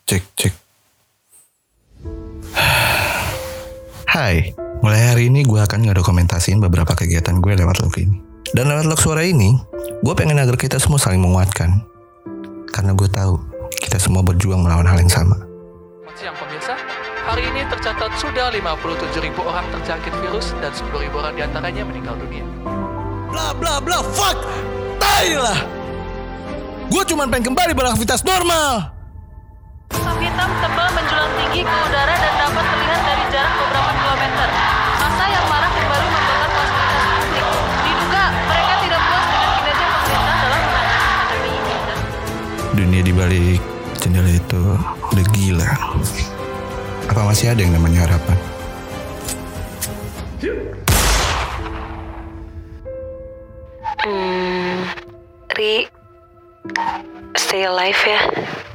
Cek. Hai, mulai hari ini gue akan ngedokumentasiin beberapa kegiatan gue lewat log ini. Dan lewat log suara ini, gue pengen agar kita semua saling menguatkan. Karena gue tahu, kita semua berjuang melawan hal yang sama. Selamat siang pemirsa, hari ini tercatat sudah 57.000 orang terjangkit virus dan 10.000 orang diantaranya meninggal dunia. Bla bla bla, fuck! Tai lah! Gue cuma pengen kembali beraktivitas normal! Asap hitam tebal menjulang tinggi ke udara dan dapat terlihat dari jarak beberapa kilometer. Massa yang marah kembali membakar fasilitas publik. Diduga mereka tidak puas dengan kinerja pemerintah dalam menangani pandemi ini. Dunia di balik jendela itu udah gila. Apa masih ada yang namanya harapan? Ri, stay alive ya.